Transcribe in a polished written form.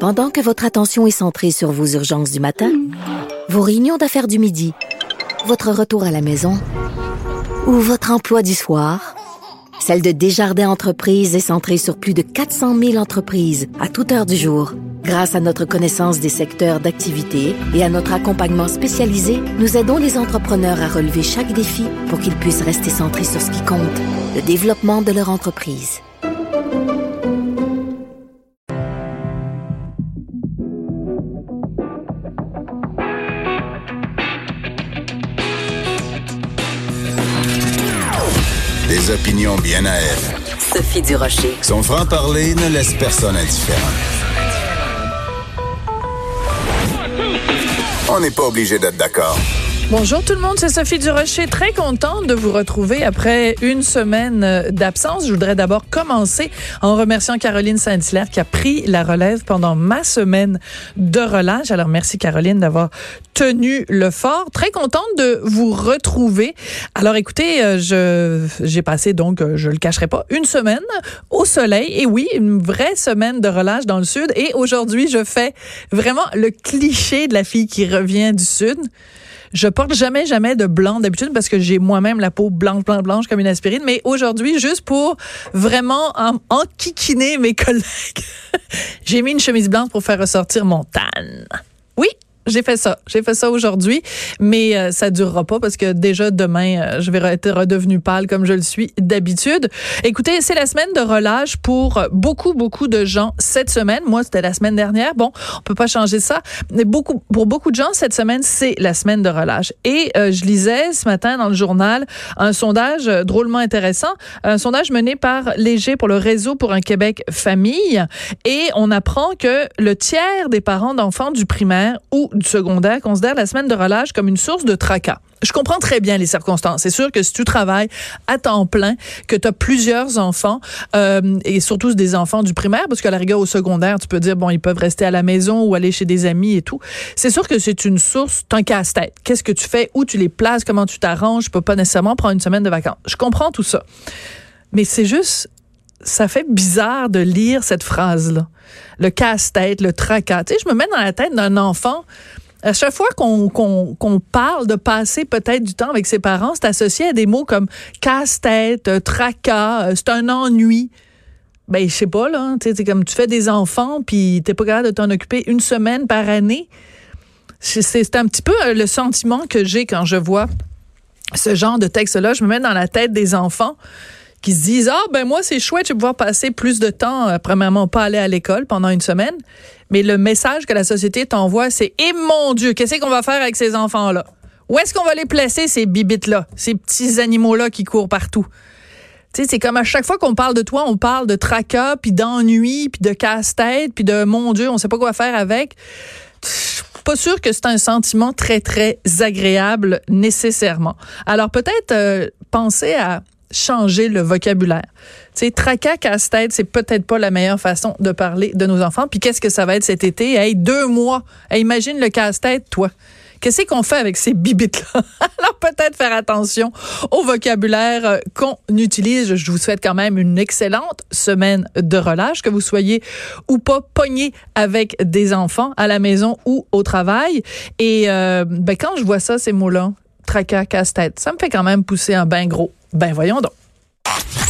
Pendant que votre attention est centrée sur vos urgences du matin, vos réunions d'affaires du midi, votre retour à la maison ou votre emploi du soir, celle de Desjardins Entreprises est centrée sur plus de 400 000 entreprises à toute heure du jour. Grâce à notre connaissance des secteurs d'activité et à notre accompagnement spécialisé, nous aidons les entrepreneurs à relever chaque défi pour qu'ils puissent rester centrés sur ce qui compte, le développement de leur entreprise. Des opinions bien à elle. Sophie Durocher. Son franc-parler ne laisse personne indifférent. On n'est pas obligé d'être d'accord. Bonjour tout le monde, c'est Sophie Durocher. Très contente de vous retrouver après une semaine d'absence. Je voudrais d'abord commencer en remerciant Caroline Saint-Hilaire qui a pris la relève pendant ma semaine de relâche. Alors merci Caroline d'avoir tenu le fort. Très contente de vous retrouver. Alors écoutez, j'ai passé donc, je le cacherai pas, une semaine au soleil. Et oui, une vraie semaine de relâche dans le sud. Et aujourd'hui, je fais vraiment le cliché de la fille qui revient du sud. Je porte jamais de blanc d'habitude parce que j'ai moi-même la peau blanche comme une aspirine. Mais aujourd'hui, juste pour vraiment enquiquiner mes collègues, j'ai mis une chemise blanche pour faire ressortir mon tan. Oui, j'ai fait ça aujourd'hui, mais ça durera pas parce que déjà demain, je vais être redevenue pâle comme je le suis d'habitude. Écoutez, c'est la semaine de relâche pour beaucoup de gens cette semaine. Moi, c'était la semaine dernière. Bon, on peut pas changer ça. Mais pour beaucoup de gens, cette semaine, c'est la semaine de relâche. Et je lisais ce matin dans le journal un sondage drôlement intéressant, un sondage mené par Léger pour le Réseau pour un Québec famille. Et on apprend que le tiers des parents d'enfants du primaire ou du secondaire considère la semaine de relâche comme une source de tracas. Je comprends très bien les circonstances. C'est sûr que si tu travailles à temps plein, que tu as plusieurs enfants, et surtout des enfants du primaire, parce qu'à la rigueur au secondaire, tu peux dire, bon, ils peuvent rester à la maison ou aller chez des amis et tout. C'est sûr que c'est une source, t'es un casse-tête. Qu'est-ce que tu fais? Où tu les places? Comment tu t'arranges? Je peux pas nécessairement prendre une semaine de vacances. Je comprends tout ça. Mais c'est juste, ça fait bizarre de lire cette phrase-là. Le casse-tête, le tracas. Tu sais, je me mets dans la tête d'un enfant. À chaque fois qu'on parle de passer peut-être du temps avec ses parents, c'est associé à des mots comme casse-tête, tracas, c'est un ennui. Ben, je sais pas, là. Tu sais, c'est comme tu fais des enfants puis t'es pas capable de t'en occuper une semaine par année. C'est un petit peu le sentiment que j'ai quand je vois ce genre de texte-là. Je me mets dans la tête des enfants qui se disent, ben moi, c'est chouette, je vais pouvoir passer plus de temps, premièrement, pas aller à l'école pendant une semaine. Mais le message que la société t'envoie, c'est, mon Dieu, qu'est-ce qu'on va faire avec ces enfants-là? Où est-ce qu'on va les placer, ces bibites-là? Ces petits animaux-là qui courent partout? Tu sais, c'est comme à chaque fois qu'on parle de toi, on parle de tracas, puis d'ennui, puis de casse-tête, puis de, mon Dieu, on sait pas quoi faire avec. Pas sûr que c'est un sentiment très, très agréable, nécessairement. Alors, peut-être penser à changer le vocabulaire. Tu sais, tracas, casse-tête, c'est peut-être pas la meilleure façon de parler de nos enfants. Puis qu'est-ce que ça va être cet été? Hey, 2 mois. Hey, imagine le casse-tête, toi. Qu'est-ce qu'on fait avec ces bibites-là? Alors, peut-être faire attention au vocabulaire qu'on utilise. Je vous souhaite quand même une excellente semaine de relâche, que vous soyez ou pas pogné avec des enfants à la maison ou au travail. Et quand je vois ça, ces mots-là, tracas, casse-tête, ça me fait quand même pousser un bain gros. Ben voyons donc.